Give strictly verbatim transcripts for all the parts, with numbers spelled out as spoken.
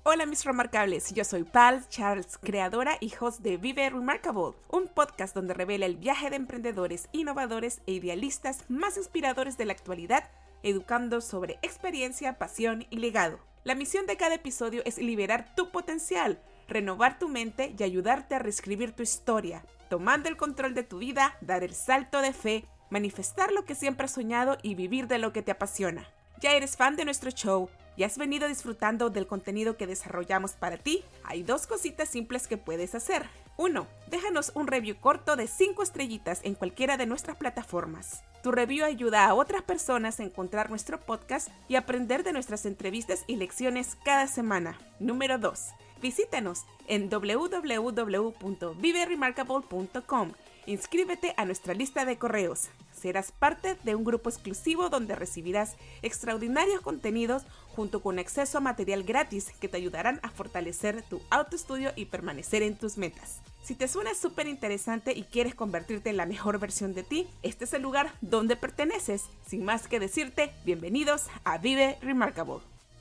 Hola mis remarcables, yo soy Pal Charles, creadora y host de Vive Remarkable, un podcast donde revela el viaje de emprendedores, innovadores e idealistas más inspiradores de la actualidad, educando sobre experiencia, pasión y legado. La misión de cada episodio es liberar tu potencial, renovar tu mente y ayudarte a reescribir tu historia, tomando el control de tu vida, dar el salto de fe, manifestar lo que siempre has soñado y vivir de lo que te apasiona. ¿Ya eres fan de nuestro show? ¿Ya has venido disfrutando del contenido que desarrollamos para ti? Hay dos cositas simples que puedes hacer. Uno, déjanos un review corto de cinco estrellitas en cualquiera de nuestras plataformas. Tu review ayuda a otras personas a encontrar nuestro podcast y aprender de nuestras entrevistas y lecciones cada semana. Número dos, visítanos en w w w punto vive remarkable punto com. Inscríbete a nuestra lista de correos. Serás parte de un grupo exclusivo donde recibirás extraordinarios contenidos junto con acceso a material gratis que te ayudarán a fortalecer tu autoestudio y permanecer en tus metas. Si te suena súper interesante y quieres convertirte en la mejor versión de ti, este es el lugar donde perteneces. Sin más que decirte, bienvenidos a Vive Remarkable.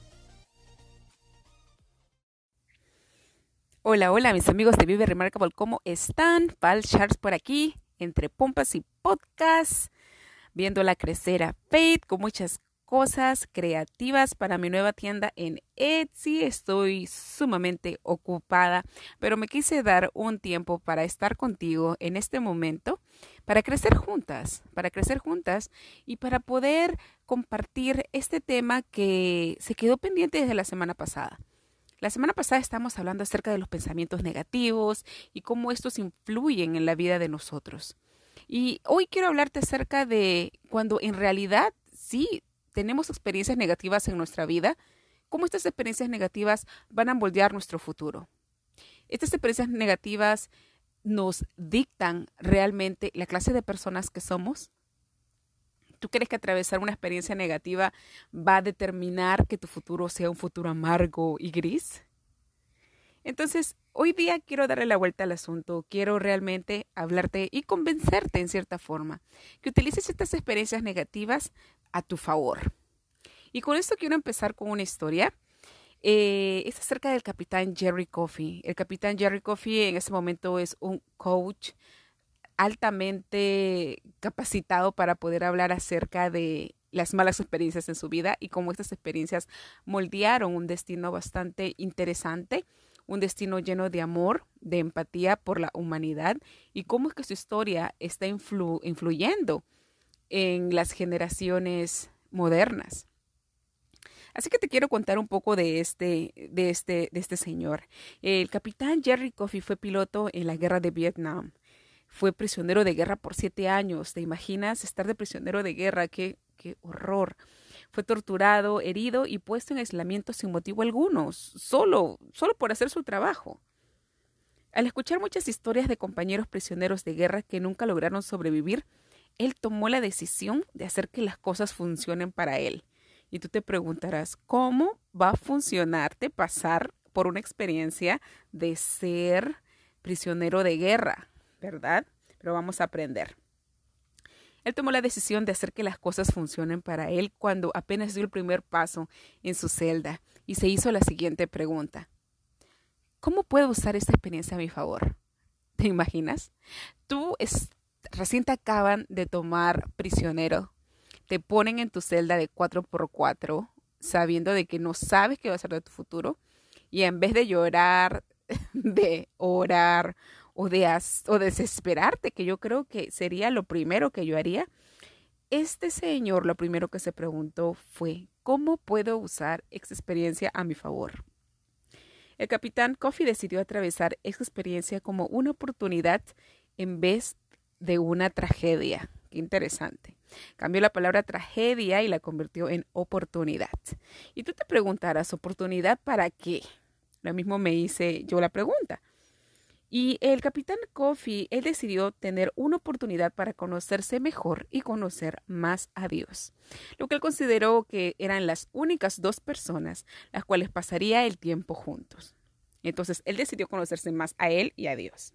Hola, hola mis amigos de Vive Remarkable, ¿cómo están? Pal Charles por aquí, entre pompas y podcasts, viéndola crecer a Faith con muchas cosas creativas para mi nueva tienda en Etsy. Estoy sumamente ocupada, pero me quise dar un tiempo para estar contigo en este momento, para crecer juntas, para crecer juntas y para poder compartir este tema que se quedó pendiente desde la semana pasada. La semana pasada estábamos hablando acerca de los pensamientos negativos y cómo estos influyen en la vida de nosotros. Y hoy quiero hablarte acerca de cuando en realidad sí tenemos experiencias negativas en nuestra vida, cómo estas experiencias negativas van a moldear nuestro futuro. Estas experiencias negativas nos dictan realmente la clase de personas que somos. ¿Tú crees que atravesar una experiencia negativa va a determinar que tu futuro sea un futuro amargo y gris? Entonces, hoy día quiero darle la vuelta al asunto. Quiero realmente hablarte y convencerte en cierta forma que utilices estas experiencias negativas a tu favor. Y con esto quiero empezar con una historia. Eh, es acerca del capitán Jerry Coffey. El capitán Jerry Coffey en ese momento es un coach altamente capacitado para poder hablar acerca de las malas experiencias en su vida y cómo estas experiencias moldearon un destino bastante interesante, un destino lleno de amor, de empatía por la humanidad y cómo es que su historia está influ- influyendo en las generaciones modernas. Así que te quiero contar un poco de este, de este, de este señor. El capitán Jerry Coffey fue piloto en la guerra de Vietnam. Fue prisionero de guerra por siete años. ¿Te imaginas estar de prisionero de guerra? ¡Qué, qué horror! Fue torturado, herido y puesto en aislamiento sin motivo alguno, solo, solo por hacer su trabajo. Al escuchar muchas historias de compañeros prisioneros de guerra que nunca lograron sobrevivir, él tomó la decisión de hacer que las cosas funcionen para él. Y tú te preguntarás, ¿cómo va a funcionarte pasar por una experiencia de ser prisionero de guerra? ¿Verdad? Pero vamos a aprender. Él tomó la decisión de hacer que las cosas funcionen para él cuando apenas dio el primer paso en su celda y se hizo la siguiente pregunta. ¿Cómo puedo usar esta experiencia a mi favor? ¿Te imaginas? Tú es, recién te acaban de tomar prisionero, te ponen en tu celda de cuatro por cuatro sabiendo de que no sabes qué va a ser de tu futuro y en vez de llorar, de orar, O, de as, o desesperarte, que yo creo que sería lo primero que yo haría. Este señor lo primero que se preguntó fue, ¿cómo puedo usar esta experiencia a mi favor? El capitán Coffey decidió atravesar esta experiencia como una oportunidad en vez de una tragedia. Qué interesante. Cambió la palabra tragedia y la convirtió en oportunidad. Y tú te preguntarás, ¿oportunidad para qué? Lo mismo me hice yo la pregunta. Y el capitán Coffey, él decidió tener una oportunidad para conocerse mejor y conocer más a Dios, lo que él consideró que eran las únicas dos personas las cuales pasaría el tiempo juntos. Entonces, él decidió conocerse más a él y a Dios.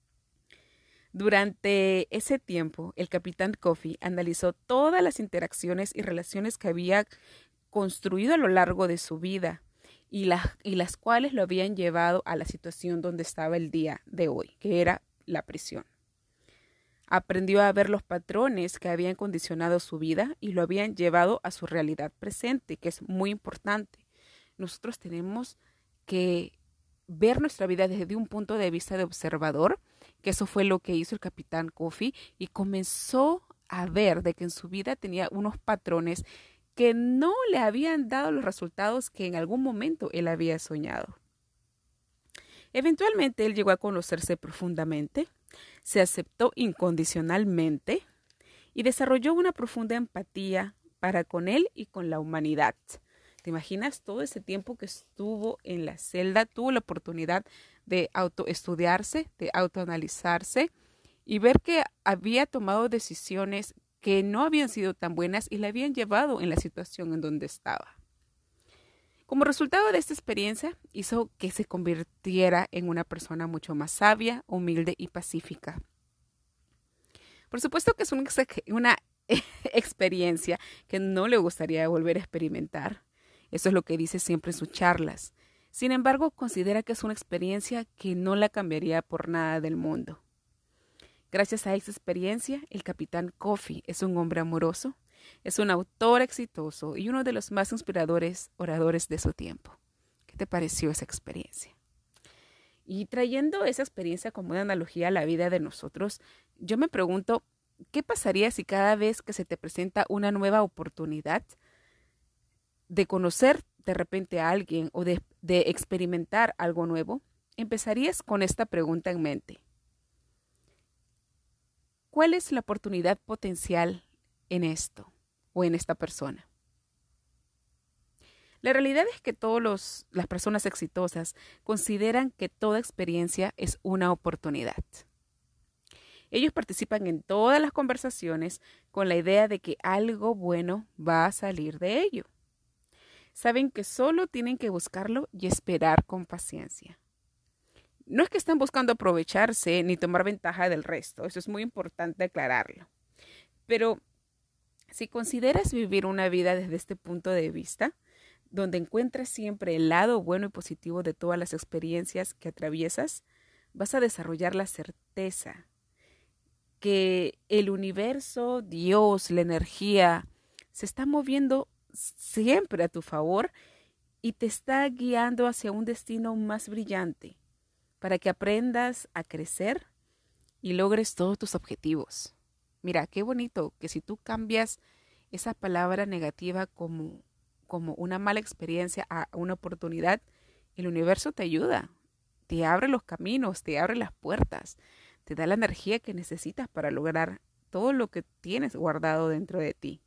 Durante ese tiempo, el capitán Coffey analizó todas las interacciones y relaciones que había construido a lo largo de su vida y, la, y las cuales lo habían llevado a la situación donde estaba el día de hoy, que era la prisión. Aprendió a ver los patrones que habían condicionado su vida y lo habían llevado a su realidad presente, que es muy importante. Nosotros tenemos que ver nuestra vida desde un punto de vista de observador, que eso fue lo que hizo el capitán Coffee, y comenzó a ver de que en su vida tenía unos patrones que no le habían dado los resultados que en algún momento él había soñado. Eventualmente él llegó a conocerse profundamente, se aceptó incondicionalmente y desarrolló una profunda empatía para con él y con la humanidad. ¿Te imaginas todo ese tiempo que estuvo en la celda? Tuvo la oportunidad de autoestudiarse, de autoanalizarse y ver que había tomado decisiones que no habían sido tan buenas y le habían llevado en la situación en donde estaba. Como resultado de esta experiencia, hizo que se convirtiera en una persona mucho más sabia, humilde y pacífica. Por supuesto que es una, una experiencia que no le gustaría volver a experimentar. Eso es lo que dice siempre en sus charlas. Sin embargo, considera que es una experiencia que no la cambiaría por nada del mundo. Gracias a esta experiencia, el capitán Coffee es un hombre amoroso, es un autor exitoso y uno de los más inspiradores oradores de su tiempo. ¿Qué te pareció esa experiencia? Y trayendo esa experiencia como una analogía a la vida de nosotros, yo me pregunto, ¿qué pasaría si cada vez que se te presenta una nueva oportunidad de conocer de repente a alguien o de, de experimentar algo nuevo, empezarías con esta pregunta en mente? ¿Cuál es la oportunidad potencial en esto o en esta persona? La realidad es que todas las personas exitosas consideran que toda experiencia es una oportunidad. Ellos participan en todas las conversaciones con la idea de que algo bueno va a salir de ello. Saben que solo tienen que buscarlo y esperar con paciencia. No es que estén buscando aprovecharse ni tomar ventaja del resto, eso es muy importante aclararlo. Pero si consideras vivir una vida desde este punto de vista, donde encuentras siempre el lado bueno y positivo de todas las experiencias que atraviesas, vas a desarrollar la certeza que el universo, Dios, la energía, se está moviendo siempre a tu favor y te está guiando hacia un destino más brillante para que aprendas a crecer y logres todos tus objetivos. Mira, qué bonito que si tú cambias esa palabra negativa como, como una mala experiencia a una oportunidad, el universo te ayuda, te abre los caminos, te abre las puertas, te da la energía que necesitas para lograr todo lo que tienes guardado dentro de ti.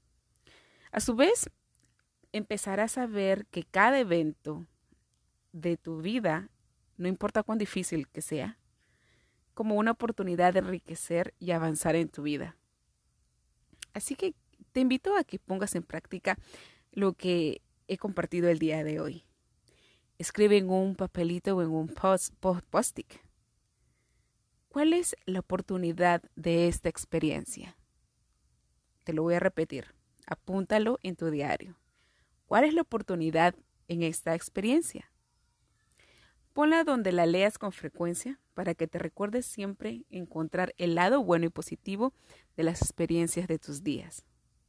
A su vez, empezarás a ver que cada evento de tu vida, no importa cuán difícil que sea, como una oportunidad de enriquecer y avanzar en tu vida. Así que te invito a que pongas en práctica lo que he compartido el día de hoy. Escribe en un papelito o en un post, post, post-it. ¿Cuál es la oportunidad de esta experiencia? Te lo voy a repetir. Apúntalo en tu diario. ¿Cuál es la oportunidad en esta experiencia? Ponla donde la leas con frecuencia para que te recuerdes siempre encontrar el lado bueno y positivo de las experiencias de tus días.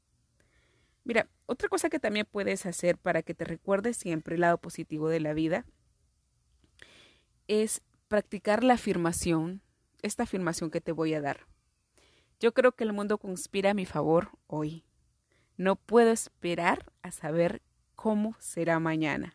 Mira, otra cosa que también puedes hacer para que te recuerdes siempre el lado positivo de la vida es practicar la afirmación, esta afirmación que te voy a dar. Yo creo que el mundo conspira a mi favor hoy. No puedo esperar a saber cómo será mañana.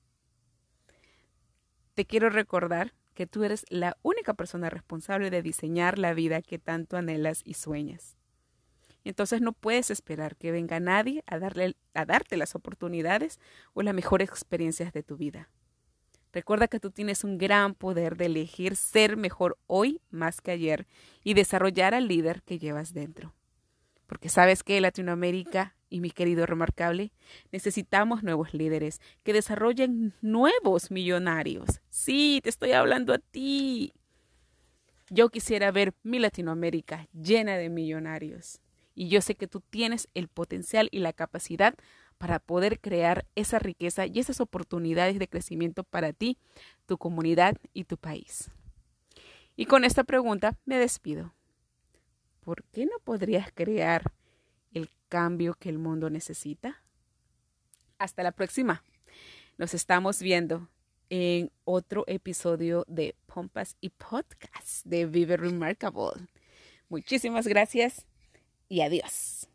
Te quiero recordar que tú eres la única persona responsable de diseñar la vida que tanto anhelas y sueñas. Entonces no puedes esperar que venga nadie a, darle, a darte las oportunidades o las mejores experiencias de tu vida. Recuerda que tú tienes un gran poder de elegir ser mejor hoy más que ayer y desarrollar al líder que llevas dentro. Porque sabes que Latinoamérica y mi querido remarcable, necesitamos nuevos líderes que desarrollen nuevos millonarios. Sí, te estoy hablando a ti. Yo quisiera ver mi Latinoamérica llena de millonarios. Y yo sé que tú tienes el potencial y la capacidad para poder crear esa riqueza y esas oportunidades de crecimiento para ti, tu comunidad y tu país. Y con esta pregunta me despido. ¿Por qué no podrías crear el cambio que el mundo necesita? Hasta la próxima. Nos estamos viendo en otro episodio de Pompas y Podcast de Vive Remarkable. Muchísimas gracias y adiós.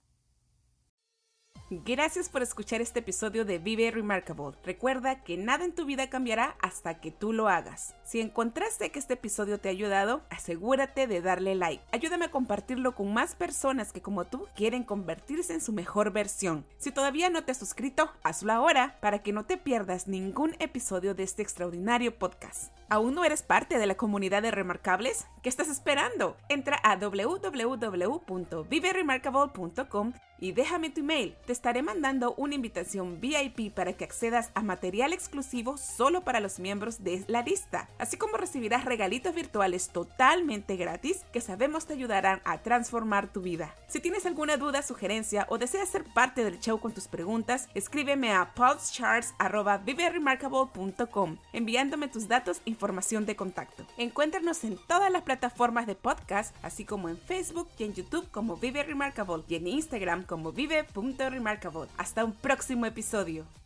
Gracias por escuchar este episodio de Vive Remarkable. Recuerda que nada en tu vida cambiará hasta que tú lo hagas. Si encontraste que este episodio te ha ayudado, asegúrate de darle like. Ayúdame a compartirlo con más personas que como tú quieren convertirse en su mejor versión. Si todavía no te has suscrito, hazlo ahora para que no te pierdas ningún episodio de este extraordinario podcast. ¿Aún no eres parte de la comunidad de Remarkables? ¿Qué estás esperando? Entra a w w w punto vive remarkable punto com y déjame tu email. Te estaré mandando una invitación V I P para que accedas a material exclusivo solo para los miembros de la lista, así como recibirás regalitos virtuales totalmente gratis que sabemos te ayudarán a transformar tu vida. Si tienes alguna duda, sugerencia o deseas ser parte del show con tus preguntas, escríbeme a pulsecharts arroba vive remarkable punto com enviándome tus datos e información de contacto. Encuéntranos en todas las plataformas de podcast, así como en Facebook y en YouTube como Vive Remarkable y en Instagram como vive punto remarkable. Hasta un próximo episodio.